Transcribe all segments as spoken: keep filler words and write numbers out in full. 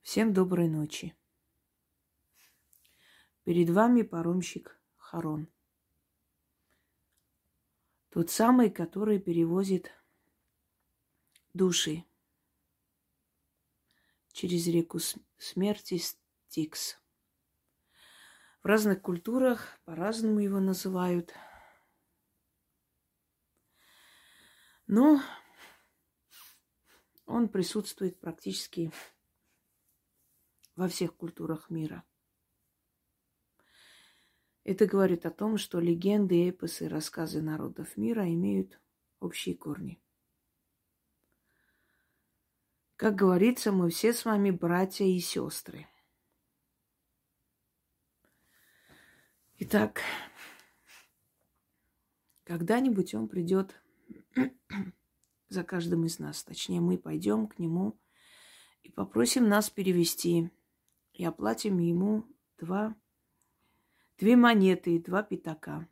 Всем доброй ночи. Перед вами паромщик Харон. Тот самый, который перевозит души через реку смерти Стикс. В разных культурах по-разному его называют. Но он присутствует практически во всех культурах мира. Это говорит о том, что легенды, эпосы, рассказы народов мира имеют общие корни. Как говорится, мы все с вами братья и сестры. Итак, когда-нибудь он придет за каждым из нас. Точнее, мы пойдем к нему и попросим нас перевести. И оплатим ему два, две монеты и два пятака.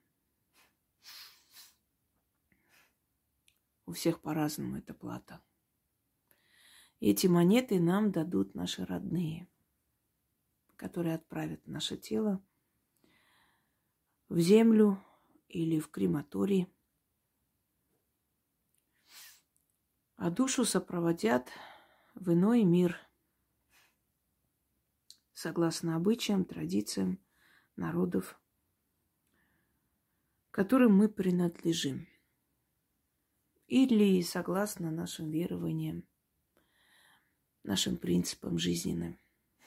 У всех по-разному эта плата. И эти монеты нам дадут наши родные, которые отправят наше тело в землю или в крематорий. А душу сопроводят в иной мир, согласно обычаям, традициям народов, которым мы принадлежим. Или согласно нашим верованиям, нашим принципам жизненным.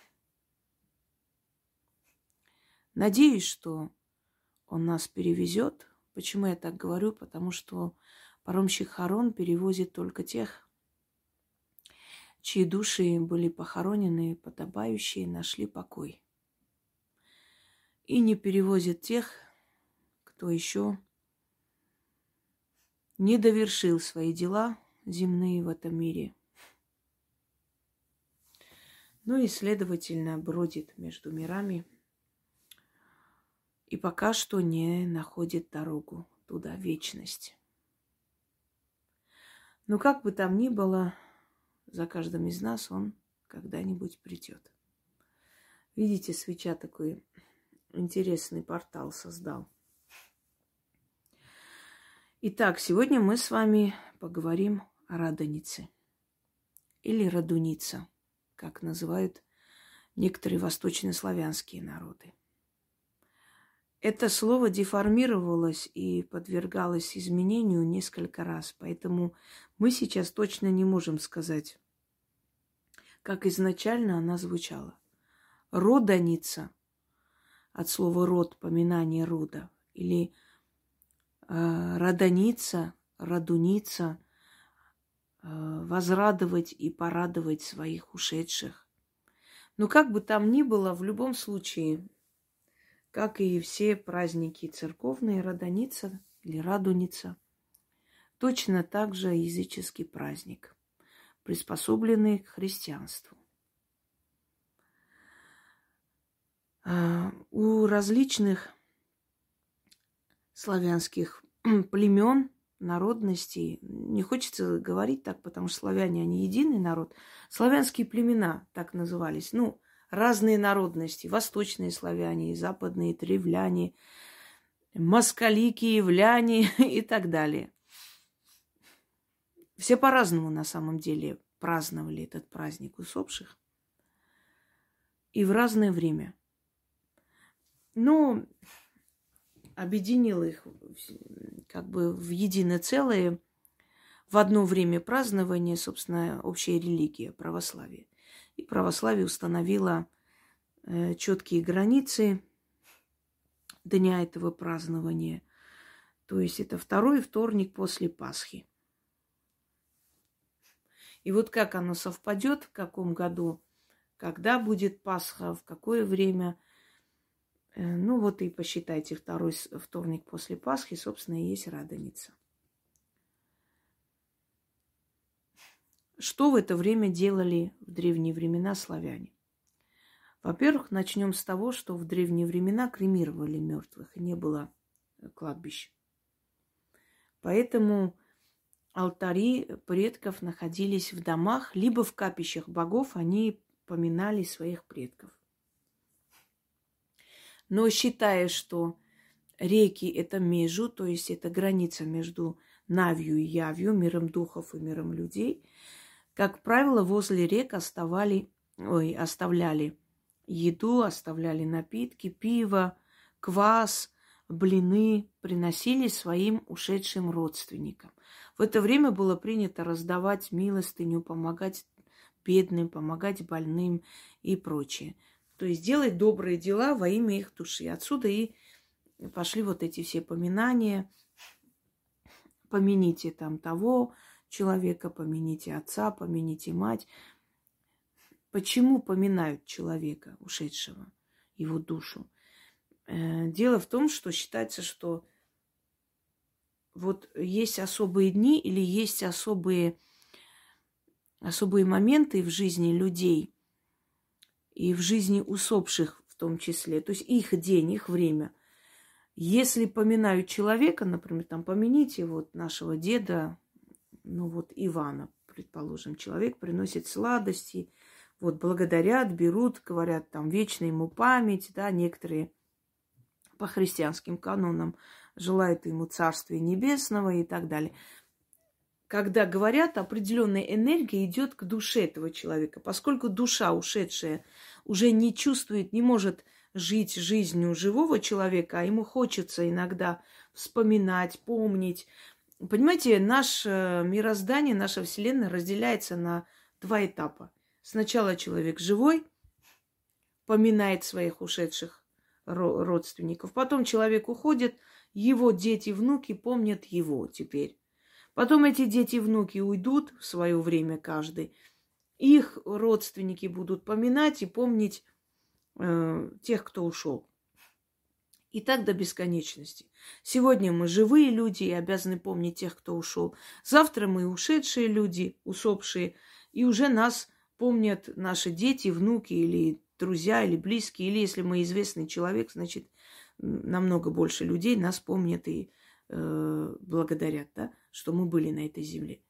Надеюсь, что он нас перевезет. Почему я так говорю? Потому что паромщик Харон перевозит только тех, чьи души были похоронены, подобающие, нашли покой. И не перевозит тех, кто еще не довершил свои дела земные в этом мире. Ну и, следовательно, бродит между мирами и пока что не находит дорогу туда, в вечность. Но как бы там ни было, за каждым из нас он когда-нибудь придет. Видите, свеча такой интересный портал создал. Итак, сегодня мы с вами поговорим о Радонице. Или Радуница, как называют некоторые восточнославянские народы. Это слово деформировалось и подвергалось изменению несколько раз, поэтому мы сейчас точно не можем сказать, как изначально она звучала. Родоница, от слова род, поминание рода, или э, родоница, родуница, э, возрадовать и порадовать своих ушедших. Но как бы там ни было, в любом случае, как и все праздники церковные, Радоница или Радуница, точно так же языческий праздник, приспособленный к христианству. У различных славянских племен, народностей, не хочется говорить так, потому что славяне, они единый народ, славянские племена так назывались, ну, разные народности, восточные славяне, западные древляне, москали, киевляне и так далее. Все по-разному на самом деле праздновали этот праздник усопших и в разное время. Но объединил их как бы в единое целое в одно время празднования, собственно, общая религия, православие. И православие установило э, четкие границы дня этого празднования. То есть это второй вторник после Пасхи. И вот как оно совпадет, в каком году, когда будет Пасха, в какое время, э, ну вот и посчитайте, второй вторник после Пасхи, собственно, и есть Радоница. Что в это время делали в древние времена славяне? Во-первых, начнем с того, что в древние времена кремировали мертвых, и не было кладбищ. Поэтому алтари предков находились в домах, либо в капищах богов, они поминали своих предков. Но считая, что реки – это межу, то есть это граница между навью и явью, миром духов и миром людей, как правило, возле рек оставали, ой, оставляли еду, оставляли напитки, пиво, квас, блины, приносили своим ушедшим родственникам. В это время было принято раздавать милостыню, помогать бедным, помогать больным и прочее. То есть делать добрые дела во имя их души. Отсюда и пошли вот эти все поминания. Помяните там того человека, помяните отца, помяните мать. Почему поминают человека, ушедшего, его душу? Дело в том, что считается, что вот есть особые дни или есть особые, особые моменты в жизни людей и в жизни усопших в том числе. То есть их день, их время. Если поминают человека, например, там помяните вот нашего деда, ну вот Ивана, предположим, человек приносит сладости, вот благодарят, берут, говорят там вечная ему память, да, некоторые по христианским канонам желают ему Царствия Небесного и так далее. Когда говорят, определенная энергия идет к душе этого человека. Поскольку душа ушедшая уже не чувствует, не может жить жизнью живого человека, а ему хочется иногда вспоминать, помнить. Понимаете, наше мироздание, наша Вселенная разделяется на два этапа. Сначала человек живой, поминает своих ушедших родственников. Потом человек уходит, его дети, внуки помнят его теперь. Потом эти дети и внуки уйдут в свое время каждый. Их родственники будут поминать и помнить э, тех, кто ушел. И так до бесконечности. Сегодня мы живые люди и обязаны помнить тех, кто ушел. Завтра мы ушедшие люди, усопшие, и уже нас помнят наши дети, внуки или друзья, или близкие. Или если мы известный человек, значит, намного больше людей нас помнят и э, благодарят, да, что мы были на этой земле.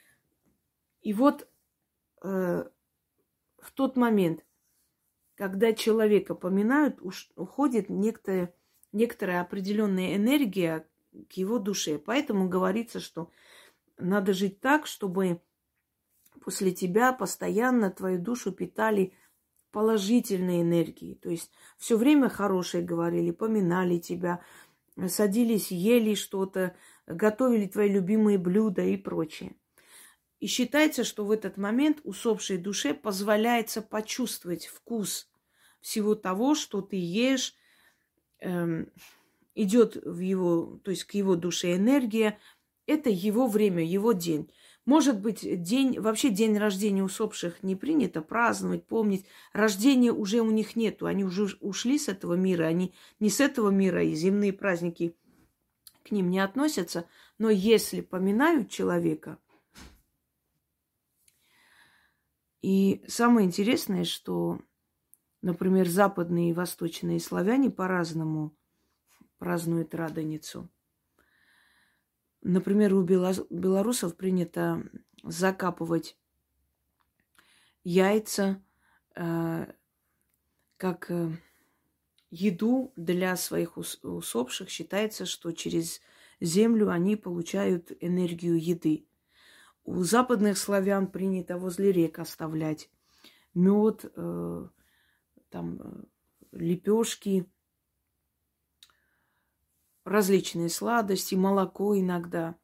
И вот э, в тот момент, когда человека поминают, уж, уходит некоторая, некоторая определенная энергия к его душе. Поэтому говорится, что надо жить так, чтобы после тебя постоянно твою душу питали положительные энергии. То есть все время хорошее говорили, поминали тебя, садились, ели что-то, готовили твои любимые блюда и прочее. И считается, что в этот момент усопшей душе позволяется почувствовать вкус всего того, что ты ешь, эм, идет в его, то есть к его душе энергия. Это его время, его день. Может быть, день, вообще день рождения усопших не принято праздновать, помнить. Рождения уже у них нету, они уже ушли с этого мира, они не с этого мира, и земные праздники к ним не относятся. Но если поминают человека, и самое интересное, что, например, западные и восточные славяне по-разному празднуют Радоницу. Например, у белорусов принято закапывать яйца э, как э, еду для своих усопших. Считается, что через землю они получают энергию еды. У западных славян принято возле рек оставлять мед, э, там, э, лепешки, различные сладости, молоко иногда.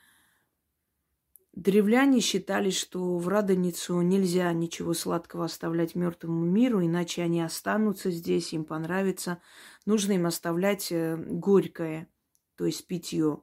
Древляне считали, что в Радоницу нельзя ничего сладкого оставлять мертвому миру, иначе они останутся здесь, им понравится. Нужно им оставлять горькое, то есть питье.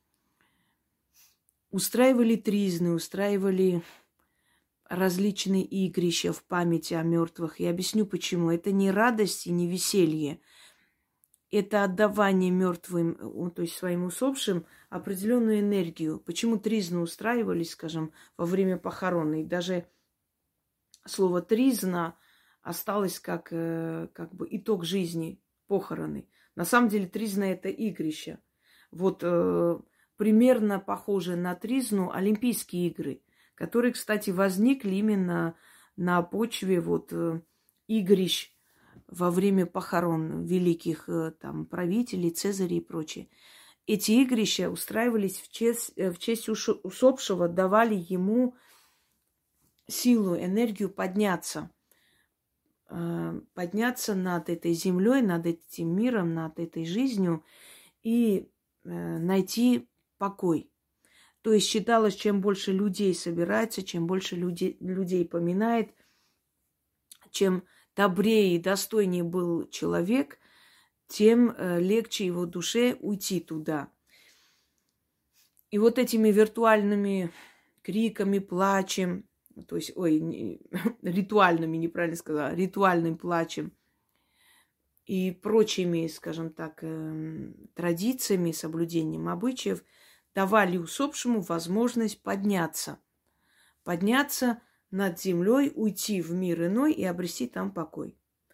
Устраивали тризны, устраивали различные игрища в памяти о мертвых. Я объясню почему. Это не радость и не веселье. Это отдавание мертвым, то есть своим усопшим, определенную энергию. Почему тризны устраивались, скажем, во время похорон? И даже слово тризна осталось как, как бы итог жизни, похороны. На самом деле тризна – это игрище. Вот э, примерно похоже на тризну Олимпийские игры, которые, кстати, возникли именно на почве вот игрищ во время похорон великих там правителей, цезарей и прочее. Эти игрища устраивались в честь, в честь усопшего, давали ему силу, энергию подняться. Подняться над этой землей, над этим миром, над этой жизнью и найти покой. То есть считалось, чем больше людей собирается, чем больше людей, людей поминает, чем добрее и достойнее был человек, тем легче его душе уйти туда. И вот этими виртуальными криками, плачем, то есть, ой, не, ритуальными, неправильно сказала, ритуальным плачем и прочими, скажем так, э, традициями, соблюдением обычаев давали усопшему возможность подняться. Подняться над землей, уйти в мир иной и обрести там покой.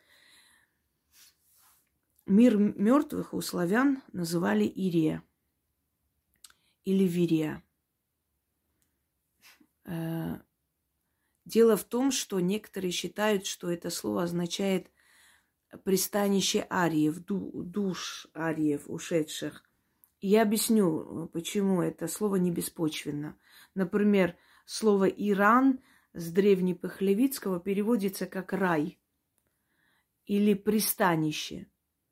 Мир мертвых у славян называли Ирия или Вирия. Дело в том, что некоторые считают, что это слово означает пристанище ариев, душ ариев, ушедших. И я объясню, почему это слово не беспочвенно. Например, слово «Иран» с древнепахлевитского переводится как «рай» или «пристанище».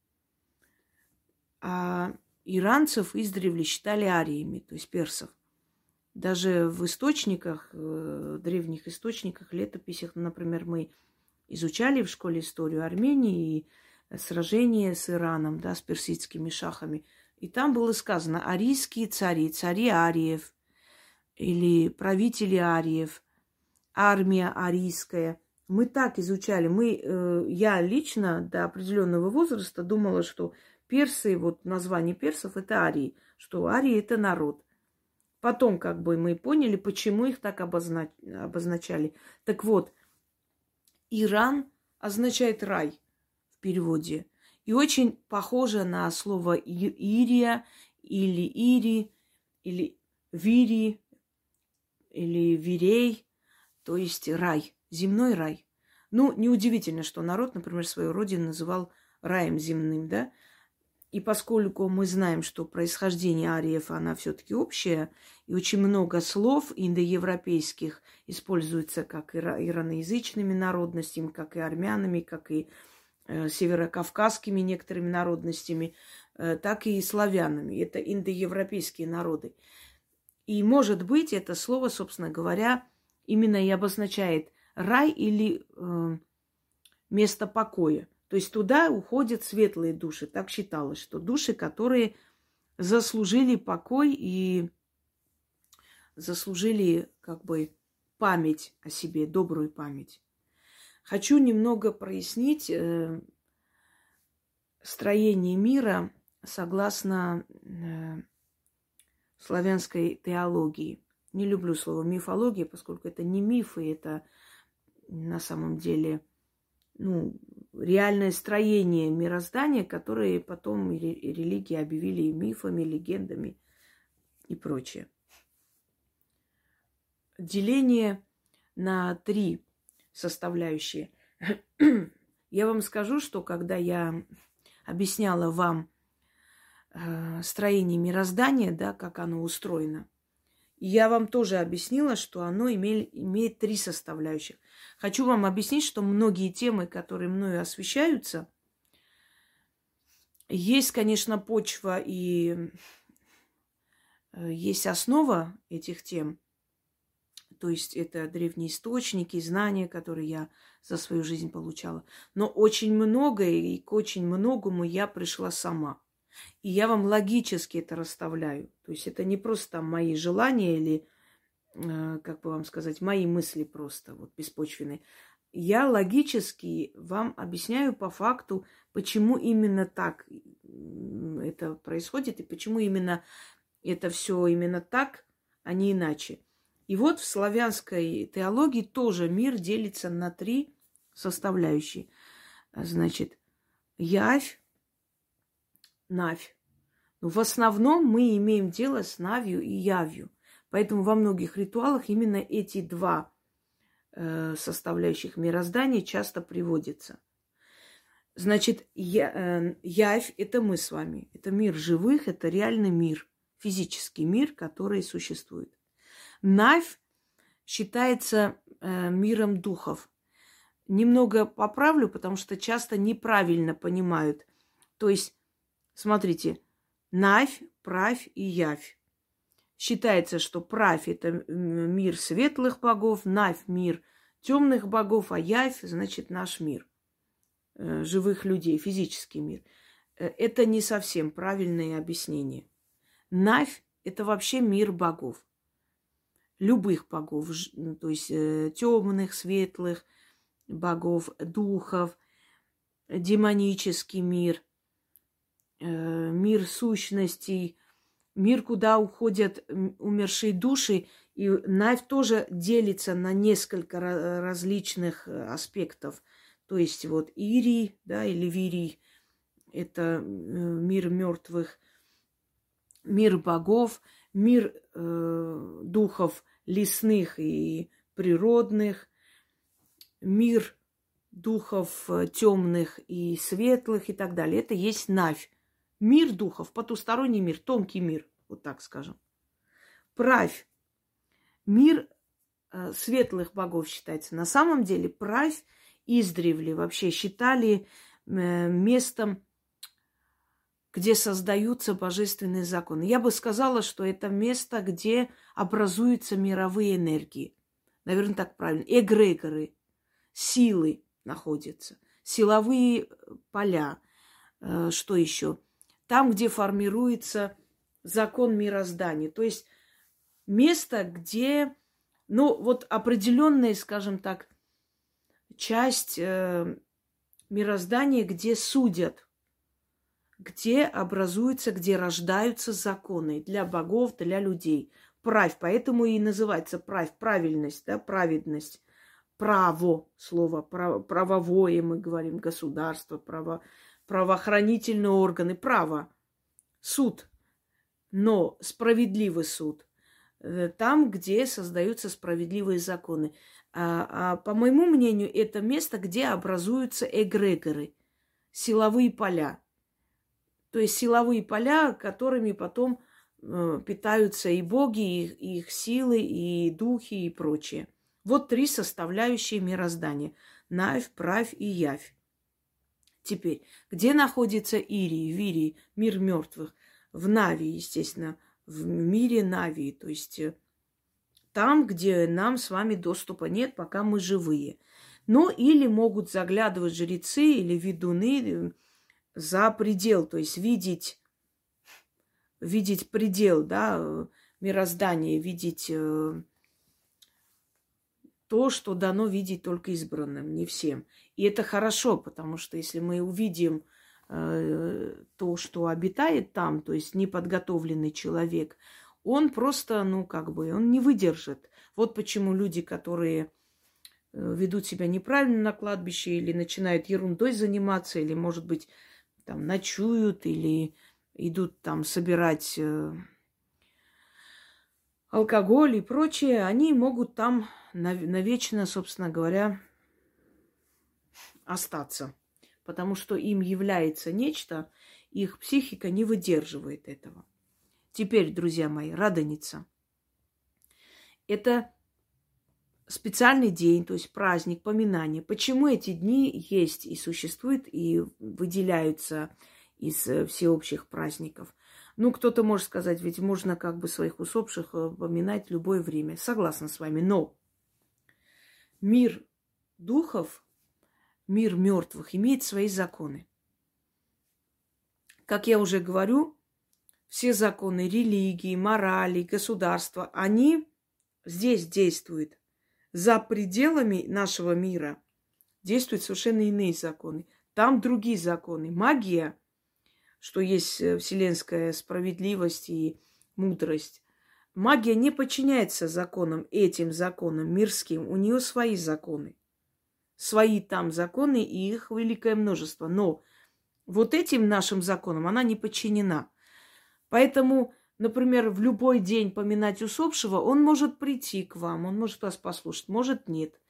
А иранцев издревле считали ариями, то есть персов. Даже в источниках, в древних источниках, летописях, например, мы изучали в школе историю Армении и сражения с Ираном, да, с персидскими шахами. И там было сказано арийские цари, цари ариев или правители ариев, армия арийская. Мы так изучали. Мы, я лично до определенного возраста думала, что персы, вот название персов – это арии, что арии – это народ. Потом как бы мы поняли, почему их так обознач... обозначали. Так вот, Иран означает рай в переводе. И очень похоже на слово Ирия или Ири, или Вири, или Вирей, то есть рай, земной рай. Ну, неудивительно, что народ, например, свою родину называл раем земным, да? И поскольку мы знаем, что происхождение ариев, она все-таки общая, и очень много слов индоевропейских используется как ираноязычными народностями, как и армянами, как и э, северокавказскими некоторыми народностями, э, так и славянами. Это индоевропейские народы. И, может быть, это слово, собственно говоря, именно и обозначает рай или э, место покоя. То есть туда уходят светлые души. Так считалось, что души, которые заслужили покой и заслужили как бы память о себе, добрую память. Хочу немного прояснить э, строение мира согласно э, славянской теологии. Не люблю слово мифология, поскольку это не мифы, это на самом деле ну, реальное строение мироздания, которое потом религии объявили мифами, легендами и прочее. Деление на три составляющие. Я вам скажу, что когда я объясняла вам э, строение мироздания, да, как оно устроено, я вам тоже объяснила, что оно имеет, имеет три составляющих. Хочу вам объяснить, что многие темы, которые мною освещаются, есть, конечно, почва и есть основа этих тем. То есть это древние источники, знания, которые я за свою жизнь получала. Но очень многое и к очень многому я пришла сама. И я вам логически это расставляю. То есть это не просто там мои желания или, э, как бы вам сказать, мои мысли просто вот беспочвенные. Я логически вам объясняю по факту, почему именно так это происходит и почему именно это все именно так, а не иначе. И вот в славянской теологии тоже мир делится на три составляющие. Значит, явь, навь. Но в основном мы имеем дело с навью и явью. Поэтому во многих ритуалах именно эти два э, составляющих мироздания часто приводится. Значит, я, э, явь – это мы с вами. Это мир живых, это реальный мир, физический мир, который существует. Навь считается э, миром духов. Немного поправлю, потому что часто неправильно понимают. То есть, смотрите, навь, правь и явь. Считается, что правь – это мир светлых богов, навь – мир темных богов, а явь – значит наш мир, э, живых людей, физический мир. Это не совсем правильное объяснение. Навь – это вообще мир богов. Любых богов, то есть э, темных, светлых богов, духов, демонический мир, э, мир сущностей, мир, куда уходят умершие души. И Навь тоже делится на несколько различных аспектов. То есть вот Ирий, да, или Вирий – это мир мертвых, мир богов, мир э, духов лесных и природных, мир духов темных и светлых и так далее. Это есть Навь. Мир духов, потусторонний мир, тонкий мир, вот так скажем. Правь. Мир э, светлых богов считается. На самом деле правь издревле вообще считали э, местом, где создаются божественные законы. Я бы сказала, что это место, где образуются мировые энергии. Наверное, так правильно. Эгрегоры, силы находятся, силовые поля. Э, что еще? Там, где формируется закон мироздания. То есть место, где, ну, вот определенная, скажем так, часть э, мироздания, где судят, где образуются, где рождаются законы для богов, для людей. Правь, поэтому и называется правь, правильность, да, праведность. Право, слово прав, правовое, мы говорим, государство, право, правоохранительные органы, право, суд, но справедливый суд. Там, где создаются справедливые законы. А, а по моему мнению, это место, где образуются эгрегоры, силовые поля. То есть силовые поля, которыми потом э, питаются и боги, и их силы, и духи, и прочее. Вот три составляющие мироздания. Навь, правь и явь. Теперь, где находится Ирий, Вирий, мир мертвых? В Нави, естественно, в мире Нави. То есть там, где нам с вами доступа нет, пока мы живые. Ну, или могут заглядывать жрецы или ведуны за предел, то есть видеть, видеть предел, да, мироздания, видеть э, то, что дано видеть только избранным, не всем. И это хорошо, потому что если мы увидим э, то, что обитает там, то есть неподготовленный человек, он просто, ну, как бы, он не выдержит. Вот почему люди, которые э, ведут себя неправильно на кладбище или начинают ерундой заниматься, или, может быть, там ночуют или идут там собирать э, алкоголь и прочее, они могут там навечно, собственно говоря, остаться. Потому что им является нечто, их психика не выдерживает этого. Теперь, друзья мои, Радоница. Это специальный день, то есть праздник, поминание. Почему эти дни есть и существуют, и выделяются из всеобщих праздников? Ну, кто-то может сказать, ведь можно как бы своих усопших поминать в любое время. Согласна с вами, но мир духов, мир мертвых имеет свои законы. Как я уже говорю, все законы религии, морали, государства, они здесь действуют. За пределами нашего мира действуют совершенно иные законы. Там другие законы. Магия, что есть вселенская справедливость и мудрость. Магия не подчиняется законам, этим законам мирским. У нее свои законы. Свои там законы, и их великое множество. Но вот этим нашим законам она не подчинена. Поэтому, например, в любой день поминать усопшего, он может прийти к вам, он может вас послушать, может нет.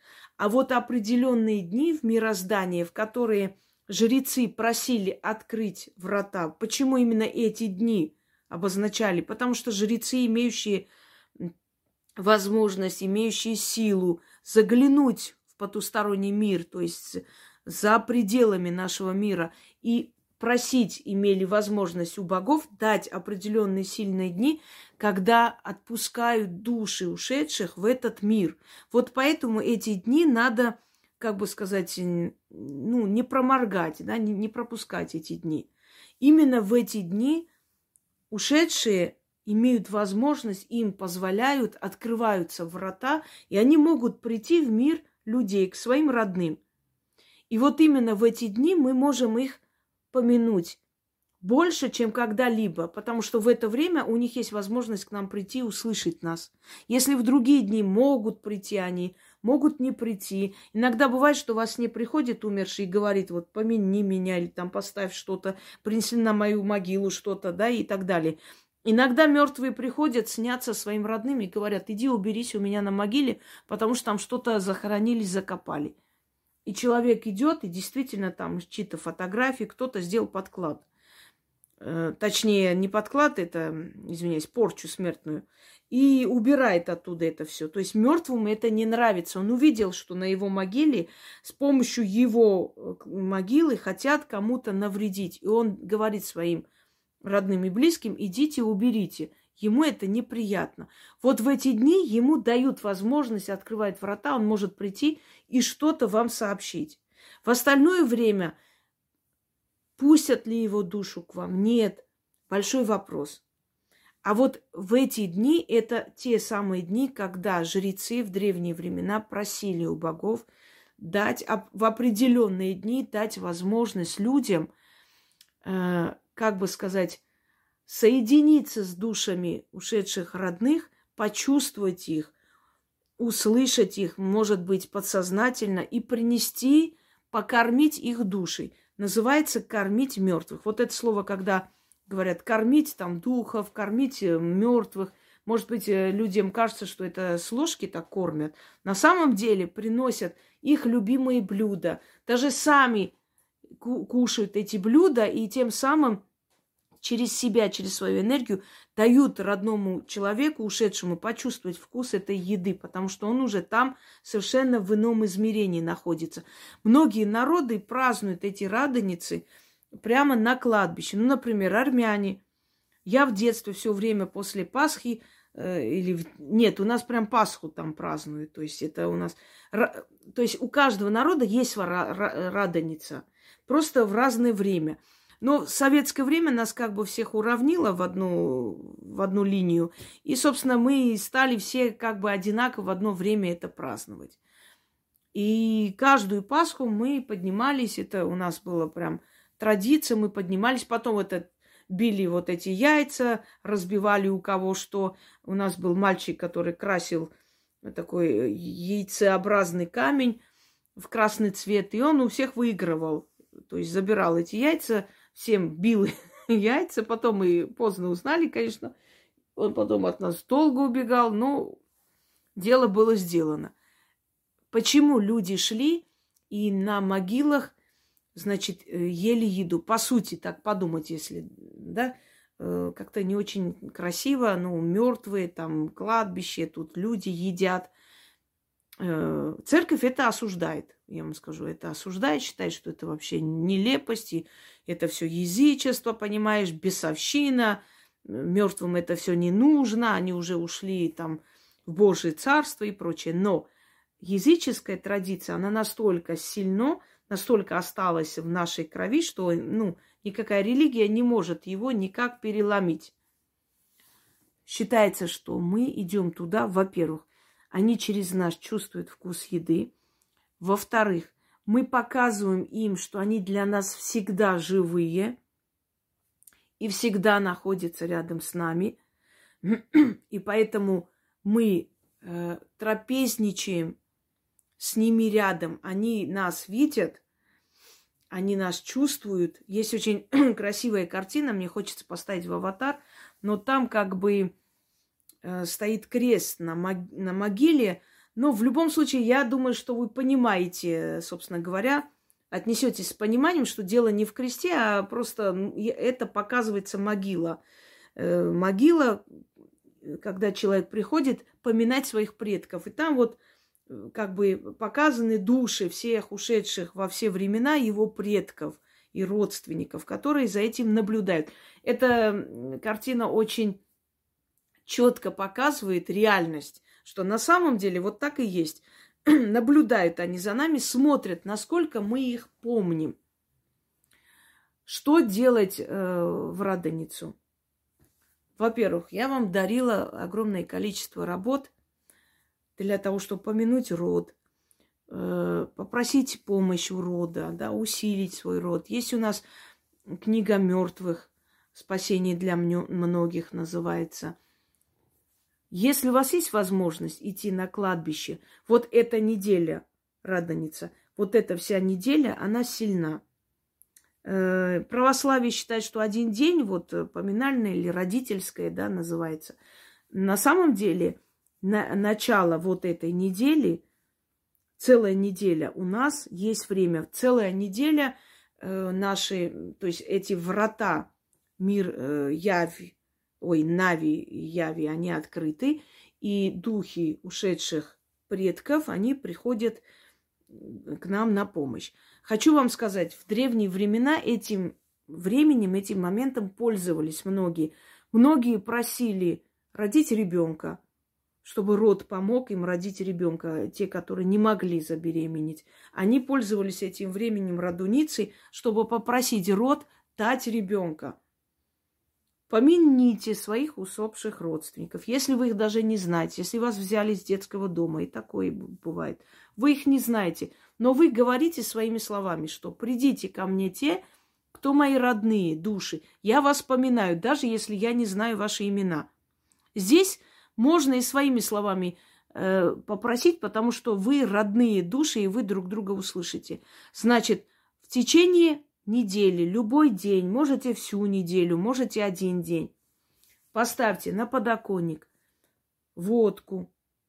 А вот определенные дни в мироздании, в которые жрецы просили открыть врата, почему именно эти дни обозначали? Потому что жрецы, имеющие возможность, имеющие силу заглянуть в потусторонний мир, то есть за пределами нашего мира, и просить имели возможность у богов дать определенные сильные дни, когда отпускают души ушедших в этот мир. Вот поэтому эти дни надо, как бы сказать, ну, не проморгать, да, не, не пропускать эти дни. Именно в эти дни ушедшие имеют возможность, им позволяют, открываются врата, и они могут прийти в мир людей, к своим родным. И вот именно в эти дни мы можем их помянуть больше, чем когда-либо, потому что в это время у них есть возможность к нам прийти, услышать нас. Если в другие дни могут прийти они, могут не прийти. Иногда бывает, что во сне приходит умерший и говорит, вот помяни меня, или там поставь что-то, принеси на мою могилу что-то, да, и так далее. Иногда мертвые приходят, снятся своим родным и говорят, иди уберись у меня на могиле, потому что там что-то захоронили, закопали. И человек идет, и действительно там чьи-то фотографии, кто-то сделал подклад. Э, точнее, не подклад, это, извиняюсь, порчу смертную. И убирает оттуда это все. То есть мертвому это не нравится. Он увидел, что на его могиле с помощью его могилы хотят кому-то навредить. И он говорит своим родным и близким, идите уберите. Ему это неприятно. Вот в эти дни ему дают возможность, открывать врата, он может прийти и что-то вам сообщить. В остальное время пустят ли его душу к вам? Нет. Большой вопрос. А вот в эти дни, это те самые дни, когда жрецы в древние времена просили у богов дать, в определенные дни дать возможность людям, э, как бы сказать, соединиться с душами ушедших родных, почувствовать их, услышать их, может быть, подсознательно, и принести, покормить их душей. Называется «кормить мертвых». Вот это слово, когда говорят «кормить там духов», «кормить мертвых», может быть, людям кажется, что это с ложки так кормят. На самом деле приносят их любимые блюда. Даже сами кушают эти блюда и тем самым через себя, через свою энергию дают родному человеку, ушедшему, почувствовать вкус этой еды, потому что он уже там совершенно в ином измерении находится. Многие народы празднуют эти радоницы прямо на кладбище. Ну, например, армяне. Я в детстве все время после Пасхи, э, или нет, у нас прям Пасху там празднуют. То есть это у нас... То есть у каждого народа есть радоница, просто в разное время. Но в советское время нас как бы всех уравнило в одну, в одну линию. И, собственно, мы стали все как бы одинаково в одно время это праздновать. И каждую Пасху мы поднимались, это у нас была прям традиция, мы поднимались, потом это били вот эти яйца, разбивали у кого что. У нас был мальчик, который красил такой яйцеобразный камень в красный цвет, и он у всех выигрывал. То есть забирал эти яйца, всем бил яйца, потом мы поздно узнали, конечно. Он потом от нас долго убегал, но дело было сделано. Почему люди шли и на могилах, значит, ели еду? По сути, так подумать, если, да, как-то не очень красиво, ну, мертвые, там, кладбище, тут люди едят. Церковь это осуждает, я вам скажу, это осуждает, считает, что это вообще нелепость, и это все язычество, понимаешь, бесовщина, мертвым это все не нужно, они уже ушли там в Божие царство и прочее. Но языческая традиция, она настолько сильна, настолько осталась в нашей крови, что, ну, никакая религия не может его никак переломить. Считается, что мы идем туда, во-первых, они через нас чувствуют вкус еды. Во-вторых, мы показываем им, что они для нас всегда живые и всегда находятся рядом с нами. И поэтому мы э, трапезничаем с ними рядом. Они нас видят, они нас чувствуют. Есть очень красивая картина, мне хочется поставить в аватар, но там как бы... стоит крест на, мог... на могиле, Но в любом случае, я думаю, что вы понимаете, собственно говоря, отнесетесь с пониманием, что дело не в кресте, а просто это показывается могила. Э, могила, когда человек приходит поминать своих предков. И там вот как бы показаны души всех ушедших во все времена его предков и родственников, которые за этим наблюдают. Эта картина очень четко показывает реальность, что на самом деле вот так и есть. Наблюдают они за нами, смотрят, насколько мы их помним. Что делать э, в Радоницу? Во-первых, я вам дарила огромное количество работ для того, чтобы помянуть род, э, попросить помощь у рода, да, усилить свой род. Есть у нас книга мертвых, спасение для многих называется. Если у вас есть возможность идти на кладбище, вот эта неделя, Радоница, вот эта вся неделя, она сильна. Э, православие считает, что один день, вот поминальное или родительское, да, называется. На самом деле, на начало вот этой недели, целая неделя у нас есть время. Целая неделя э, наши, то есть эти врата, мир э, Яви, ой, Нави и Яви, они открыты. И духи ушедших предков, они приходят к нам на помощь. Хочу вам сказать, в древние времена этим временем, этим моментом пользовались многие. Многие просили родить ребенка, чтобы род помог им родить ребенка, те, которые не могли забеременеть. Они пользовались этим временем Радоницей, чтобы попросить род дать ребенка. Помяните своих усопших родственников. Если вы их даже не знаете, если вас взяли с детского дома, и такое бывает, вы их не знаете, но вы говорите своими словами, что придите ко мне те, кто мои родные души. Я вас поминаю, даже если я не знаю ваши имена. Здесь можно и своими словами э, попросить, потому что вы родные души, и вы друг друга услышите. Значит, в течение недели, любой день, можете всю неделю, можете один день, поставьте на подоконник водку,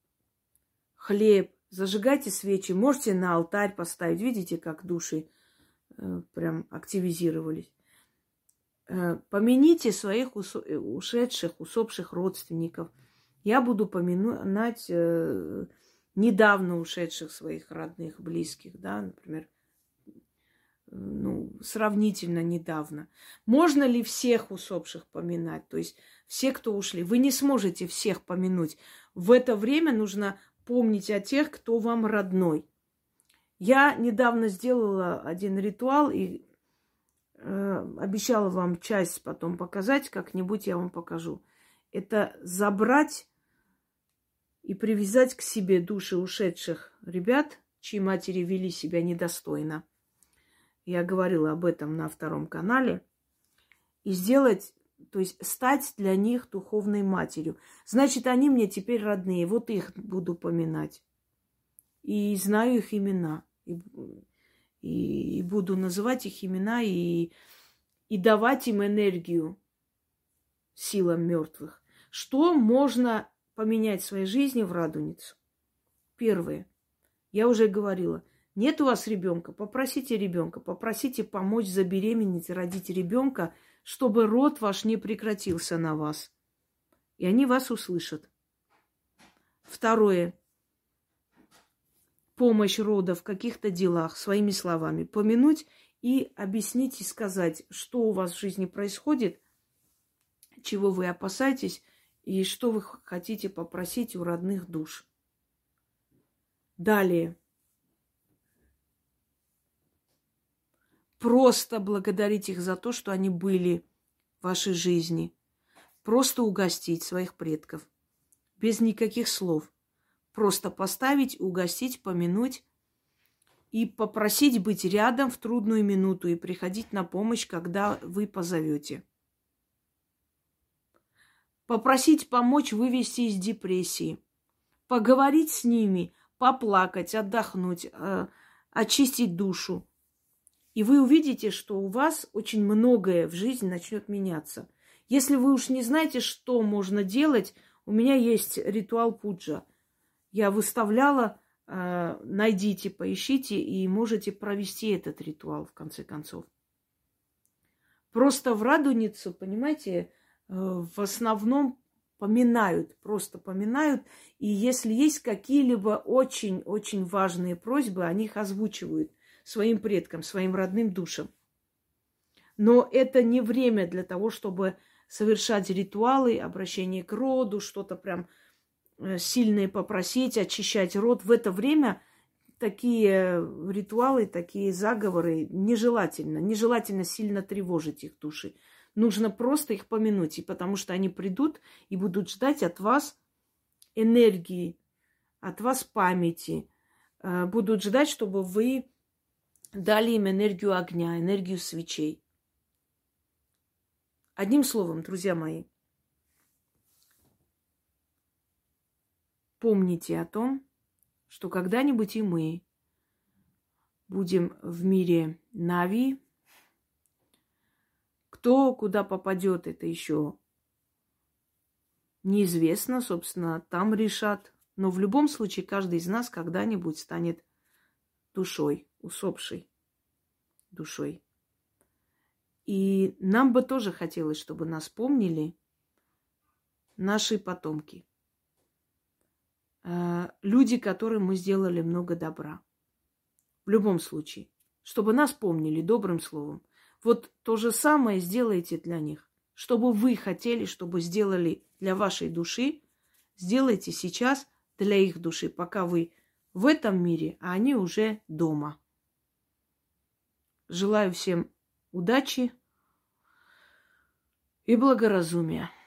хлеб, зажигайте свечи, можете на алтарь поставить. Видите, как души э, прям активизировались. Э, помяните своих усо- ушедших, усопших родственников. Я буду поминать э, недавно ушедших своих родных, близких, да, например, ну, сравнительно недавно. Можно ли всех усопших поминать? То есть все, кто ушли. Вы не сможете всех помянуть. В это время нужно помнить о тех, кто вам родной. Я недавно сделала один ритуал и э, обещала вам часть потом показать, как-нибудь я вам покажу. Это забрать и привязать к себе души ушедших ребят, чьи матери вели себя недостойно. Я говорила об этом на втором канале. И сделать, то есть стать для них духовной матерью. Значит, они мне теперь родные. Вот их буду поминать. И знаю их имена. И, и, и буду называть их имена и, и давать им энергию силам мертвых. Что можно поменять в своей жизни в Радоницу? Первое. Я уже говорила. Нет у вас ребенка, попросите ребенка, попросите помочь забеременеть и родить ребенка, чтобы род ваш не прекратился на вас. И они вас услышат. Второе. Помощь рода в каких-то делах, своими словами. Помянуть и объяснить и сказать, что у вас в жизни происходит, чего вы опасаетесь и что вы хотите попросить у родных душ. Далее. Просто благодарить их за то, что они были в вашей жизни. Просто угостить своих предков. Без никаких слов. Просто поставить, угостить, помянуть. И попросить быть рядом в трудную минуту и приходить на помощь, когда вы позовете. Попросить помочь вывести из депрессии. Поговорить с ними, поплакать, отдохнуть, очистить душу. И вы увидите, что у вас очень многое в жизни начнет меняться. Если вы уж не знаете, что можно делать, у меня есть ритуал пуджа. Я выставляла, э, найдите, поищите, и можете провести этот ритуал, в конце концов. Просто в Радуницу, понимаете, э, в основном поминают, просто поминают. И если есть какие-либо очень-очень важные просьбы, они их озвучивают своим предкам, своим родным душам. Но это не время для того, чтобы совершать ритуалы, обращение к роду, что-то прям сильное попросить, очищать род. В это время такие ритуалы, такие заговоры нежелательно. Нежелательно сильно тревожить их души. Нужно просто их помянуть, и потому что они придут и будут ждать от вас энергии, от вас памяти. Будут ждать, чтобы вы дали им энергию огня, энергию свечей. Одним словом, друзья мои, помните о том, что когда-нибудь и мы будем в мире Нави. Кто куда попадет, это еще неизвестно, собственно, там решат. Но в любом случае каждый из нас когда-нибудь станет душой, усопшей душой. И нам бы тоже хотелось, чтобы нас помнили наши потомки. Люди, которым мы сделали много добра. В любом случае. Чтобы нас помнили добрым словом. Вот то же самое сделайте для них. Что бы вы хотели, чтобы сделали для вашей души, сделайте сейчас для их души, пока вы в этом мире, а они уже дома. Желаю всем удачи и благоразумия.